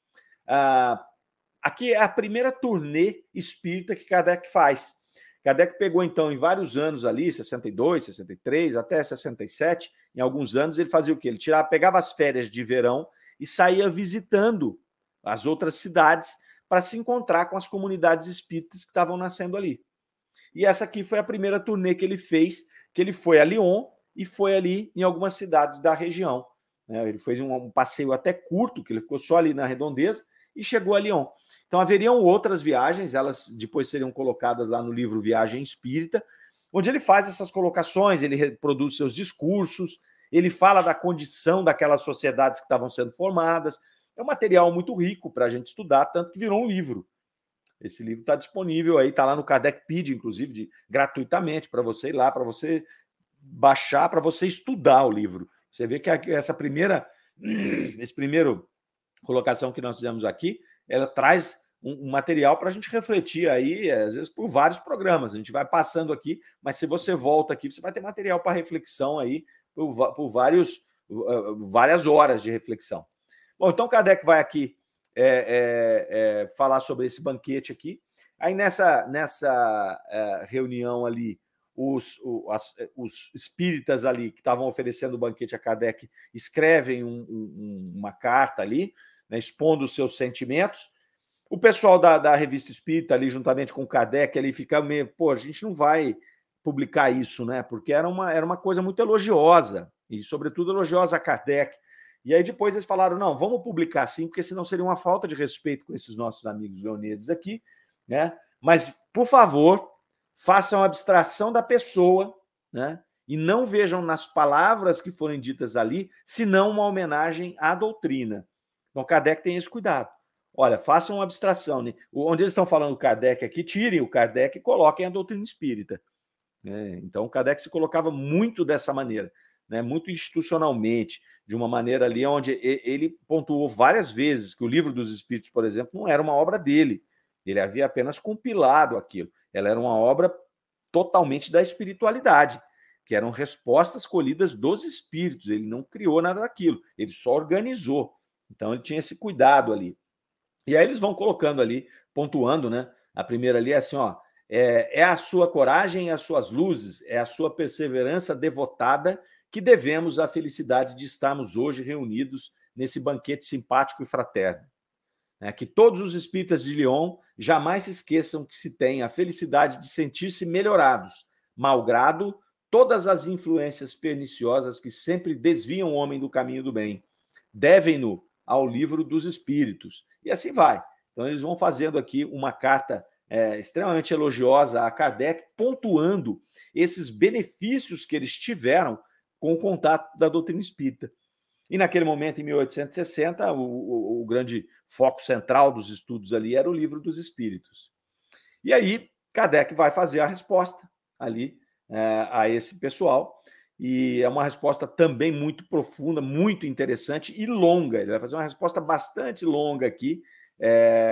Ah, aqui é a primeira turnê espírita que Kardec faz. Kardec pegou, então, em vários anos ali, sessenta e dois, sessenta e três, até sessenta e sete, em alguns anos, ele fazia o quê? Ele tirava, pegava as férias de verão e saía visitando as outras cidades para se encontrar com as comunidades espíritas que estavam nascendo ali. E essa aqui foi a primeira turnê que ele fez, que ele foi a Lyon e foi ali em algumas cidades da região. Ele fez um passeio até curto, que ele ficou só ali na redondeza, e chegou a Lyon. Então, haveriam outras viagens, elas depois seriam colocadas lá no livro Viagem Espírita, onde ele faz essas colocações, ele reproduz seus discursos, ele fala da condição daquelas sociedades que estavam sendo formadas. É um material muito rico para a gente estudar, tanto que virou um livro. Esse livro está disponível aí, está lá no Kardecpedia, inclusive, de, gratuitamente, para você ir lá, para você baixar, para você estudar o livro. Você vê que essa primeira, esse primeiro colocação que nós fizemos aqui, ela traz um, um material para a gente refletir aí, às vezes, por vários programas. A gente vai passando aqui, mas se você volta aqui, você vai ter material para reflexão aí por, por vários, uh, várias horas de reflexão. Bom, então Kardec vai aqui é, é, é, falar sobre esse banquete aqui. Aí nessa, nessa é, reunião ali, os, o, as, os espíritas ali que estavam oferecendo o banquete a Kardec escrevem um, um, uma carta ali, né, expondo os seus sentimentos. O pessoal da, da revista Espírita ali, juntamente com o Kardec, ali fica meio, pô, a gente não vai publicar isso, né? Porque era uma, era uma coisa muito elogiosa, e sobretudo elogiosa a Kardec. E aí depois eles falaram, não, vamos publicar sim, porque senão seria uma falta de respeito com esses nossos amigos leoneses aqui, né? Mas, por favor, façam abstração da pessoa, né? E não vejam nas palavras que forem ditas ali, senão uma homenagem à doutrina. Então, Kardec tem esse cuidado. Olha, façam uma abstração, né? Onde eles estão falando Kardec aqui, tirem o Kardec e coloquem a doutrina espírita. É, então, o Kardec se colocava muito dessa maneira, né? Muito institucionalmente, de uma maneira ali onde ele pontuou várias vezes que o Livro dos Espíritos, por exemplo, não era uma obra dele. Ele havia apenas compilado aquilo. Ela era uma obra totalmente da espiritualidade, que eram respostas colhidas dos espíritos. Ele não criou nada daquilo, ele só organizou. Então, ele tinha esse cuidado ali. E aí eles vão colocando ali, pontuando, né? A primeira ali é assim, ó, é, é a sua coragem e as suas luzes, é a sua perseverança devotada que devemos à felicidade de estarmos hoje reunidos nesse banquete simpático e fraterno. É, que todos os espíritas de Lyon jamais se esqueçam que se tem a felicidade de sentir-se melhorados, malgrado todas as influências perniciosas que sempre desviam o homem do caminho do bem. Devem-no ao Livro dos Espíritos. E assim vai. Então, eles vão fazendo aqui uma carta é, extremamente elogiosa a Kardec, pontuando esses benefícios que eles tiveram com o contato da doutrina espírita. E naquele momento, em mil oitocentos e sessenta, o, o, o grande foco central dos estudos ali era o Livro dos Espíritos. E aí, Kardec vai fazer a resposta ali é, a esse pessoal, e é uma resposta também muito profunda, muito interessante e longa. Ele vai fazer uma resposta bastante longa aqui é,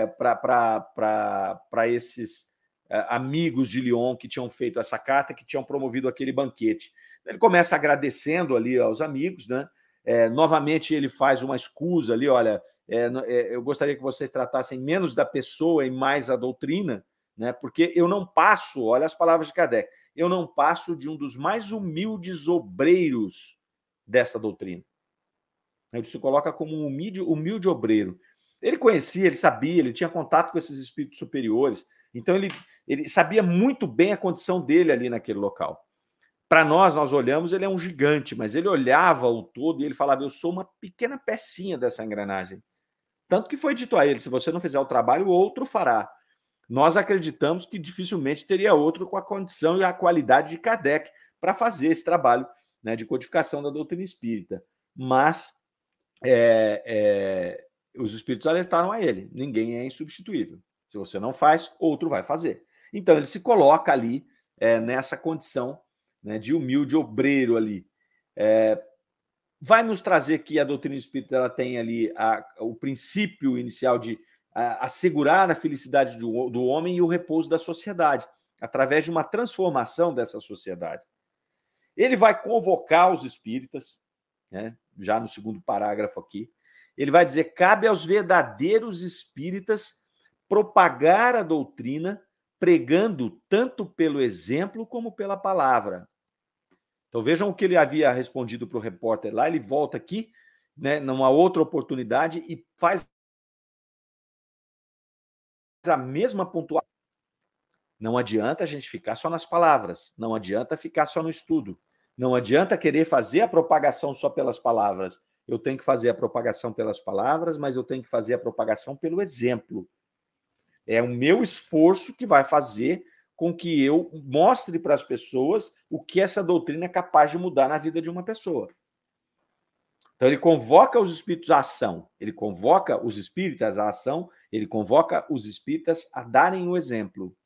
para esses é, amigos de Lyon que tinham feito essa carta, que tinham promovido aquele banquete. Ele começa agradecendo ali aos amigos, né? É, novamente ele faz uma escusa ali, olha, é, é, eu gostaria que vocês tratassem menos da pessoa e mais a doutrina, né? Porque eu não passo, olha as palavras de Kardec, eu não passo de um dos mais humildes obreiros dessa doutrina. Ele se coloca como um humilde, humilde obreiro. Ele conhecia, ele sabia, ele tinha contato com esses espíritos superiores, então ele, ele sabia muito bem a condição dele ali naquele local. Para nós, nós olhamos, ele é um gigante, mas ele olhava o todo e ele falava, eu sou uma pequena pecinha dessa engrenagem. Tanto que foi dito a ele, se você não fizer o trabalho, outro fará. Nós acreditamos que dificilmente teria outro com a condição e a qualidade de Kardec para fazer esse trabalho, né, de codificação da doutrina espírita. Mas é, é, os espíritos alertaram a ele, ninguém é insubstituível. Se você não faz, outro vai fazer. Então ele se coloca ali é, nessa condição, né, de humilde obreiro ali. É, vai nos trazer que a doutrina espírita ela tem ali a, o princípio inicial de a, assegurar a felicidade do, do homem e o repouso da sociedade, através de uma transformação dessa sociedade. Ele vai convocar os espíritas, né, já no segundo parágrafo aqui, ele vai dizer, cabe aos verdadeiros espíritas propagar a doutrina, pregando tanto pelo exemplo como pela palavra. Então vejam o que ele havia respondido para o repórter lá, ele volta aqui, né, numa outra oportunidade e faz a mesma pontuação. Não adianta a gente ficar só nas palavras, não adianta ficar só no estudo, não adianta querer fazer a propagação só pelas palavras. Eu tenho que fazer a propagação pelas palavras, mas eu tenho que fazer a propagação pelo exemplo. É o meu esforço que vai fazer com que eu mostre para as pessoas o que essa doutrina é capaz de mudar na vida de uma pessoa. Então, ele convoca os espíritos à ação, ele convoca os espíritas à ação, ele convoca os espíritas a darem o exemplo.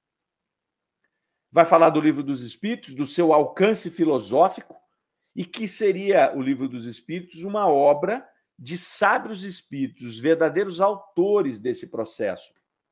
Vai falar do Livro dos Espíritos, do seu alcance filosófico, e que seria o Livro dos Espíritos uma obra de sábios espíritos, verdadeiros autores desse processo.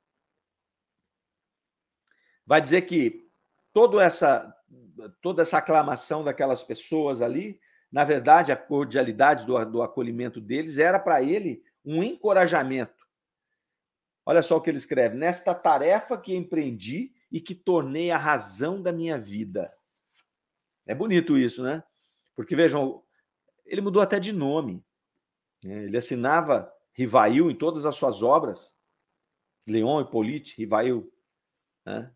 Vai dizer que toda essa, toda essa aclamação daquelas pessoas ali, na verdade, a cordialidade do, do acolhimento deles era para ele um encorajamento. Olha só o que ele escreve. Nesta tarefa que empreendi e que tornei a razão da minha vida. É bonito isso, né? Porque, vejam, ele mudou até de nome. Ele assinava Rivail em todas as suas obras. Leon, Hippolyte, Rivail, né?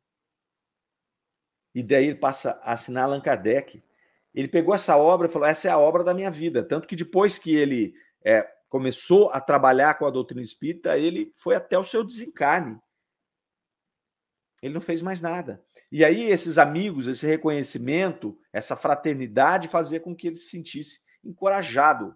E daí ele passa a assinar Allan Kardec. Ele pegou essa obra e falou, essa é a obra da minha vida. Tanto que depois que ele é, começou a trabalhar com a doutrina espírita, ele foi até o seu desencarne. Ele não fez mais nada. E aí esses amigos, esse reconhecimento, essa fraternidade fazia com que ele se sentisse encorajado.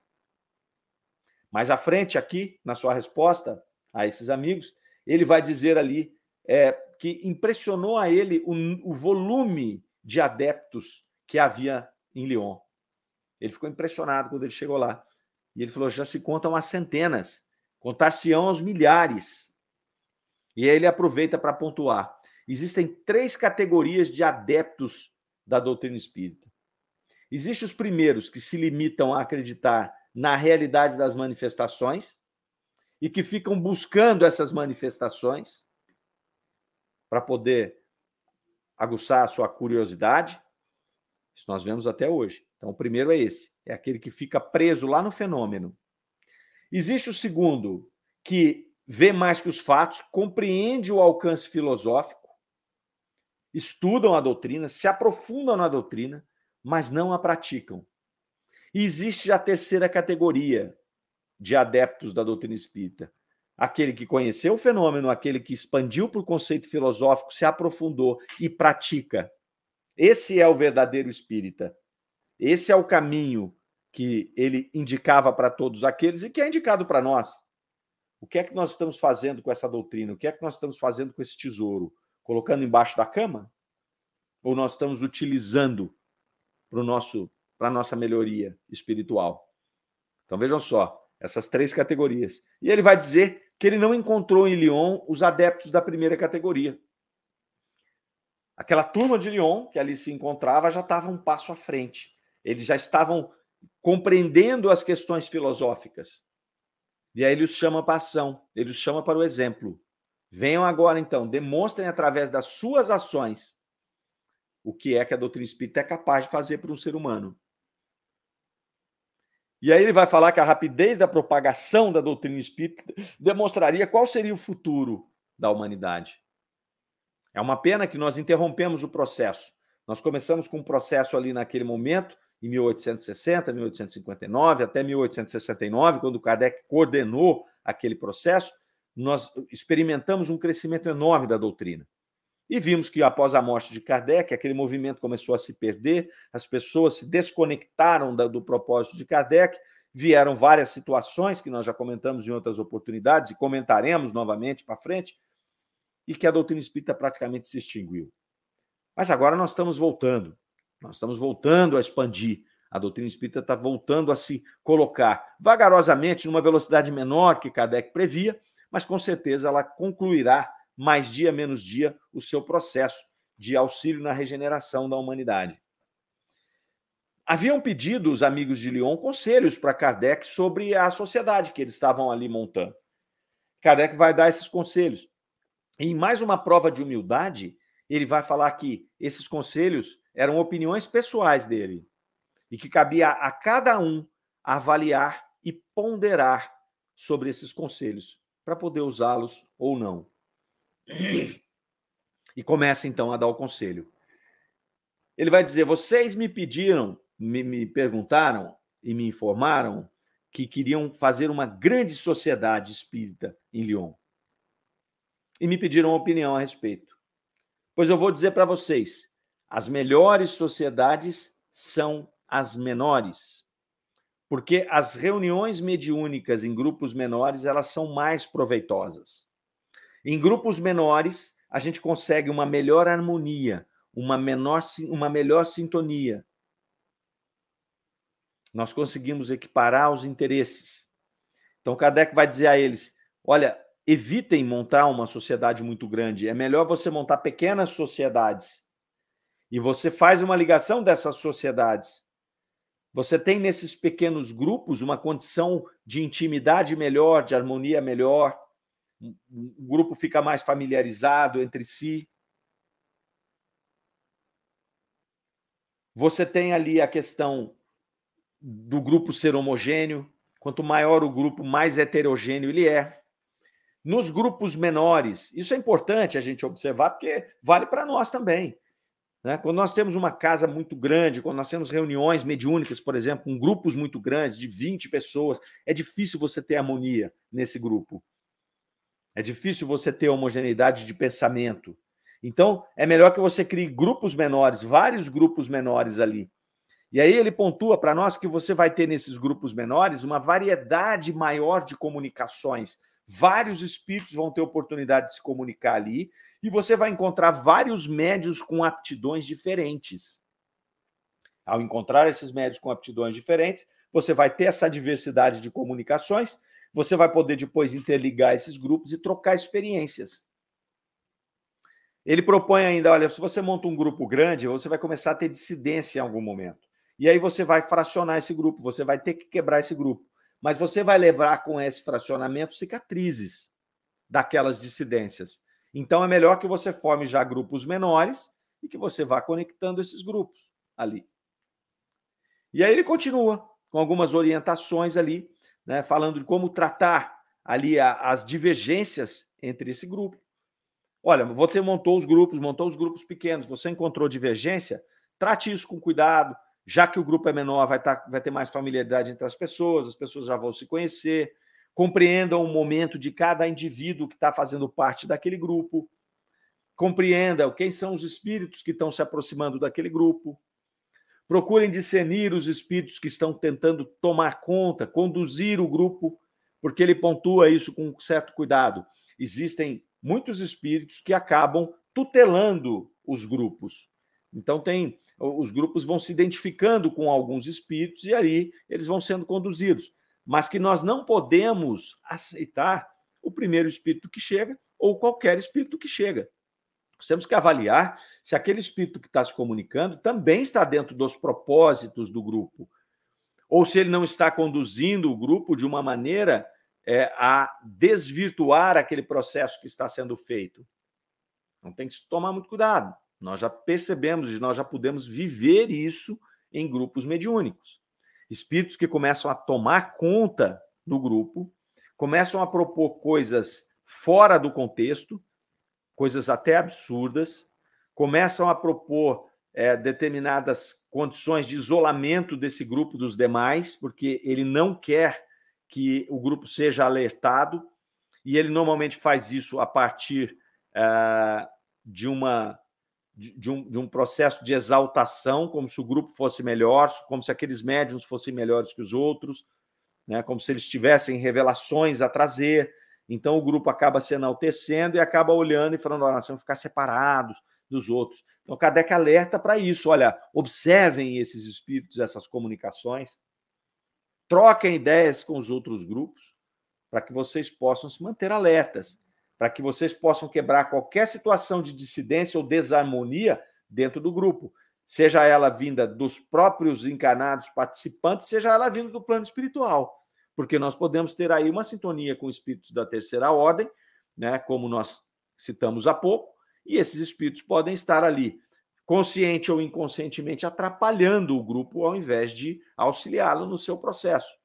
Mais à frente aqui, na sua resposta a esses amigos, ele vai dizer ali é, que impressionou a ele o, o volume de adeptos que havia em Lyon. Ele ficou impressionado quando ele chegou lá. E ele falou, já se contam as centenas, contar-se-ão aos milhares. E aí ele aproveita para pontuar. Existem três categorias de adeptos da doutrina espírita. Existem os primeiros que se limitam a acreditar na realidade das manifestações e que ficam buscando essas manifestações para poder aguçar a sua curiosidade. Isso nós vemos até hoje. Então, o primeiro é esse, é aquele que fica preso lá no fenômeno. Existe o segundo, que vê mais que os fatos, compreende o alcance filosófico, estudam a doutrina, se aprofundam na doutrina, mas não a praticam. E existe a terceira categoria de adeptos da doutrina espírita. Aquele que conheceu o fenômeno, aquele que expandiu para o conceito filosófico, se aprofundou e pratica. Esse é o verdadeiro espírita. Esse é o caminho que ele indicava para todos aqueles e que é indicado para nós. O que é que nós estamos fazendo com essa doutrina? O que é que nós estamos fazendo com esse tesouro? Colocando embaixo da cama? Ou nós estamos utilizando para o nosso, para a nossa melhoria espiritual? Então vejam só, essas três categorias. E ele vai dizer que ele não encontrou em Lyon os adeptos da primeira categoria. Aquela turma de Lyon que ali se encontrava já estava um passo à frente. Eles já estavam compreendendo as questões filosóficas. E aí ele os chama para a ação, ele os chama para o exemplo. Venham agora, então, demonstrem através das suas ações o que é que a doutrina espírita é capaz de fazer para um ser humano. E aí ele vai falar que a rapidez da propagação da doutrina espírita demonstraria qual seria o futuro da humanidade. É uma pena que nós interrompemos o processo. Nós começamos com um processo ali naquele momento, em mil oitocentos e sessenta, mil oitocentos e cinquenta e nove, até mil oitocentos e sessenta e nove, quando Kardec coordenou aquele processo, nós experimentamos um crescimento enorme da doutrina. E vimos que, após a morte de Kardec, aquele movimento começou a se perder, as pessoas se desconectaram da, do propósito de Kardec, vieram várias situações que nós já comentamos em outras oportunidades e comentaremos novamente para frente, e que a doutrina espírita praticamente se extinguiu. Mas agora nós estamos voltando, nós estamos voltando a expandir. A doutrina espírita está voltando a se colocar vagarosamente, numa velocidade menor que Kardec previa, mas com certeza ela concluirá mais dia menos dia o seu processo de auxílio na regeneração da humanidade. Haviam pedido os amigos de Lyon conselhos para Kardec sobre a sociedade que eles estavam ali montando. Kardec vai dar esses conselhos. E em mais uma prova de humildade, ele vai falar que esses conselhos eram opiniões pessoais dele e que cabia a cada um avaliar e ponderar sobre esses conselhos para poder usá-los ou não. E começa então a dar o conselho. Ele vai dizer: vocês me pediram, me, me perguntaram e me informaram que queriam fazer uma grande sociedade espírita em Lyon. E me pediram uma opinião a respeito. Pois eu vou dizer para vocês, as melhores sociedades são as menores. Porque as reuniões mediúnicas em grupos menores, elas são mais proveitosas. Em grupos menores, a gente consegue uma melhor harmonia, uma, menor, uma melhor sintonia. Nós conseguimos equiparar os interesses. Então, Kardec vai dizer a eles, olha, evitem montar uma sociedade muito grande. É melhor você montar pequenas sociedades. E você faz uma ligação dessas sociedades. Você tem nesses pequenos grupos uma condição de intimidade melhor, de harmonia melhor. O grupo fica mais familiarizado entre si. Você tem ali a questão do grupo ser homogêneo. Quanto maior o grupo, mais heterogêneo ele é. Nos grupos menores, isso é importante a gente observar, porque vale para nós também. Né? Quando nós temos uma casa muito grande, quando nós temos reuniões mediúnicas, por exemplo, com grupos muito grandes, de vinte pessoas, é difícil você ter harmonia nesse grupo. É difícil você ter homogeneidade de pensamento. Então, é melhor que você crie grupos menores, vários grupos menores ali. E aí ele pontua para nós que você vai ter nesses grupos menores uma variedade maior de comunicações. Vários espíritos vão ter oportunidade de se comunicar ali e você vai encontrar vários médios com aptidões diferentes. Ao encontrar esses médios com aptidões diferentes, você vai ter essa diversidade de comunicações, você vai poder depois interligar esses grupos e trocar experiências. Ele propõe ainda, olha, se você monta um grupo grande, você vai começar a ter dissidência em algum momento. E aí você vai fracionar esse grupo, você vai ter que quebrar esse grupo. Mas você vai levar com esse fracionamento cicatrizes daquelas dissidências. Então, é melhor que você forme já grupos menores e que você vá conectando esses grupos ali. E aí ele continua com algumas orientações ali, né, falando de como tratar ali a, as divergências entre esse grupo. Olha, você montou os grupos, montou os grupos pequenos, você encontrou divergência, trate isso com cuidado. Já que o grupo é menor, vai, tá, vai ter mais familiaridade entre as pessoas, as pessoas já vão se conhecer, compreendam o momento de cada indivíduo que está fazendo parte daquele grupo, compreendam quem são os espíritos que estão se aproximando daquele grupo, procurem discernir os espíritos que estão tentando tomar conta, conduzir o grupo, porque ele pontua isso com certo cuidado. Existem muitos espíritos que acabam tutelando os grupos. Então, tem, os grupos vão se identificando com alguns espíritos e aí eles vão sendo conduzidos. Mas que nós não podemos aceitar o primeiro espírito que chega ou qualquer espírito que chega. Nós temos que avaliar se aquele espírito que está se comunicando também está dentro dos propósitos do grupo, ou se ele não está conduzindo o grupo de uma maneira é, a desvirtuar aquele processo que está sendo feito. Então tem que tomar muito cuidado. Nós já percebemos e nós já podemos viver isso em grupos mediúnicos. Espíritos que começam a tomar conta do grupo, começam a propor coisas fora do contexto, coisas até absurdas, começam a propor é, determinadas condições de isolamento desse grupo dos demais, porque ele não quer que o grupo seja alertado, e ele normalmente faz isso a partir é, de, uma, de, de, um, de um processo de exaltação, como se o grupo fosse melhor, como se aqueles médiuns fossem melhores que os outros, né, como se eles tivessem revelações a trazer. Então o grupo acaba se enaltecendo e acaba olhando e falando, olha, nós vamos ficar separados dos outros. Então Kardec alerta para isso, olha, observem esses espíritos, essas comunicações, troquem ideias com os outros grupos, para que vocês possam se manter alertas, para que vocês possam quebrar qualquer situação de dissidência ou desarmonia dentro do grupo, seja ela vinda dos próprios encarnados participantes, seja ela vinda do plano espiritual. Porque nós podemos ter aí uma sintonia com espíritos da terceira ordem, né, como nós citamos há pouco, e esses espíritos podem estar ali, consciente ou inconscientemente, atrapalhando o grupo ao invés de auxiliá-lo no seu processo.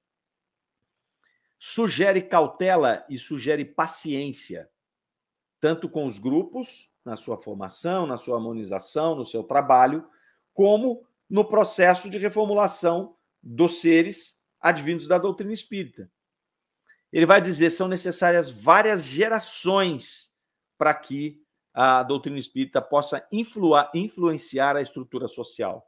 Sugere cautela e sugere paciência, tanto com os grupos, na sua formação, na sua harmonização, no seu trabalho, como no processo de reformulação dos seres advindos da doutrina espírita. Ele vai dizer que são necessárias várias gerações para que a doutrina espírita possa influar, influenciar a estrutura social.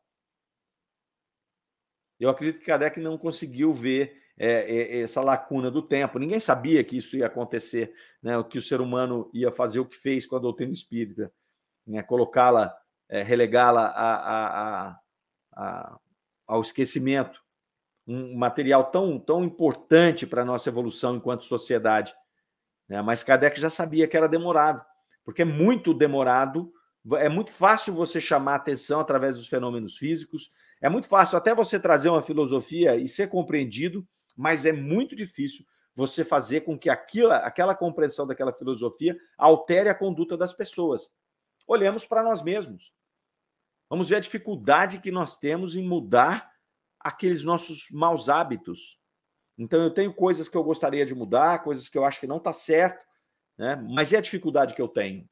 Eu acredito que Kardec não conseguiu ver é, é, essa lacuna do tempo. Ninguém sabia que isso ia acontecer, né, que o ser humano ia fazer o que fez com a doutrina espírita, né, colocá-la, é, relegá-la a, a, a, a, ao esquecimento. Um material tão, tão importante para a nossa evolução enquanto sociedade. Né? Mas Kardec já sabia que era demorado, porque é muito demorado, é muito fácil você chamar a atenção através dos fenômenos físicos, é muito fácil até você trazer uma filosofia e ser compreendido, mas é muito difícil você fazer com que aquilo, aquela compreensão daquela filosofia altere a conduta das pessoas. Olhemos para nós mesmos. Vamos ver a dificuldade que nós temos em mudar aqueles nossos maus hábitos. Então, eu tenho coisas que eu gostaria de mudar, coisas que eu acho que não está certo, né? Mas e a dificuldade que eu tenho?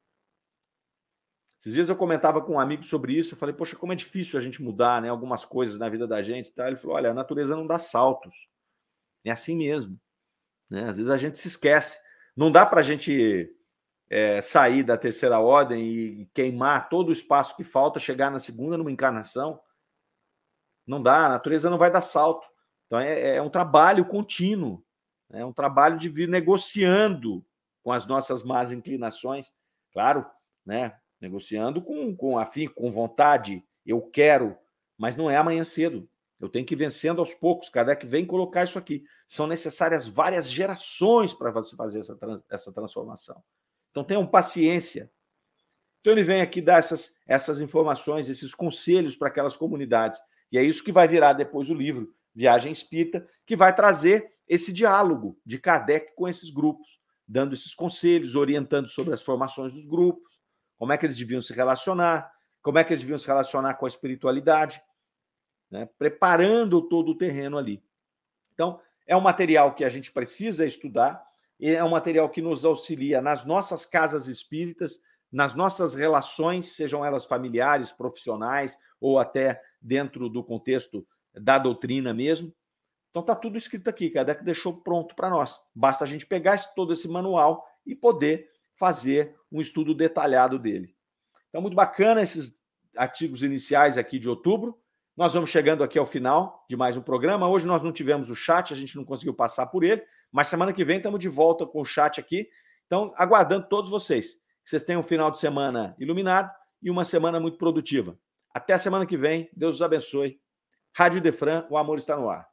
Esses dias eu comentava com um amigo sobre isso, eu falei, poxa, como é difícil a gente mudar, né, algumas coisas na vida da gente. Tá? Ele falou, olha, a natureza não dá saltos. É assim mesmo. Né? Às vezes a gente se esquece. Não dá para a gente é, sair da terceira ordem e queimar todo o espaço que falta, chegar na segunda numa encarnação. Não dá, a natureza não vai dar salto. Então, é, é um trabalho contínuo, é um trabalho de vir negociando com as nossas más inclinações, claro, né? Negociando com, com afim, com vontade, eu quero, mas não é amanhã cedo. Eu tenho que ir vencendo aos poucos. Kardec vem colocar isso aqui. São necessárias várias gerações para você fazer essa, trans, essa transformação. Então, tenham paciência. Então, ele vem aqui dar essas, essas informações, esses conselhos para aquelas comunidades. E é isso que vai virar depois o livro Viagem Espírita, que vai trazer esse diálogo de Kardec com esses grupos, dando esses conselhos, orientando sobre as formações dos grupos, como é que eles deviam se relacionar, como é que eles deviam se relacionar com a espiritualidade, né? Preparando todo o terreno ali. Então, é um material que a gente precisa estudar, é um material que nos auxilia nas nossas casas espíritas, nas nossas relações, sejam elas familiares, profissionais, ou até dentro do contexto da doutrina mesmo. Então está tudo escrito aqui, Kardec deixou pronto para nós. Basta a gente pegar esse, todo esse manual e poder fazer um estudo detalhado dele. Então, muito bacana esses artigos iniciais aqui de outubro. Nós vamos chegando aqui ao final de mais um programa. Hoje nós não tivemos o chat, a gente não conseguiu passar por ele, mas semana que vem estamos de volta com o chat aqui. Então, aguardando todos vocês. Que vocês tenham um final de semana iluminado e uma semana muito produtiva. Até a semana que vem. Deus os abençoe. Rádio Idefran, o amor está no ar.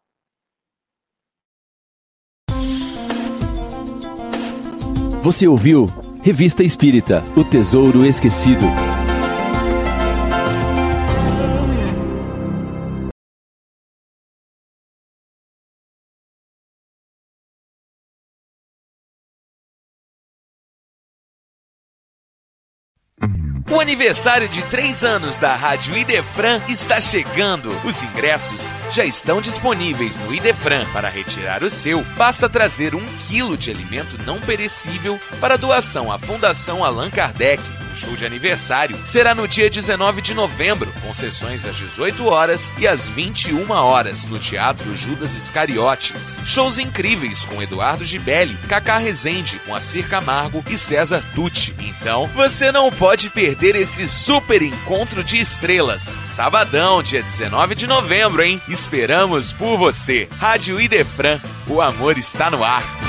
Você ouviu Revista Espírita, o Tesouro Esquecido. O aniversário de três anos da Rádio Idefran está chegando. Os ingressos já estão disponíveis no Idefran. Para retirar o seu, basta trazer um quilo de alimento não perecível para doação à Fundação Allan Kardec. O show de aniversário será no dia dezenove de novembro, com sessões às dezoito horas e às vinte e uma horas, no Teatro Judas Iscariotes. Shows incríveis com Eduardo Gibelli, Cacá Rezende, Moacir Camargo e César Tucci. Então, você não pode perder esse super encontro de estrelas. Sabadão, dia dezenove de novembro, hein? Esperamos por você. Rádio Idefran, o amor está no ar.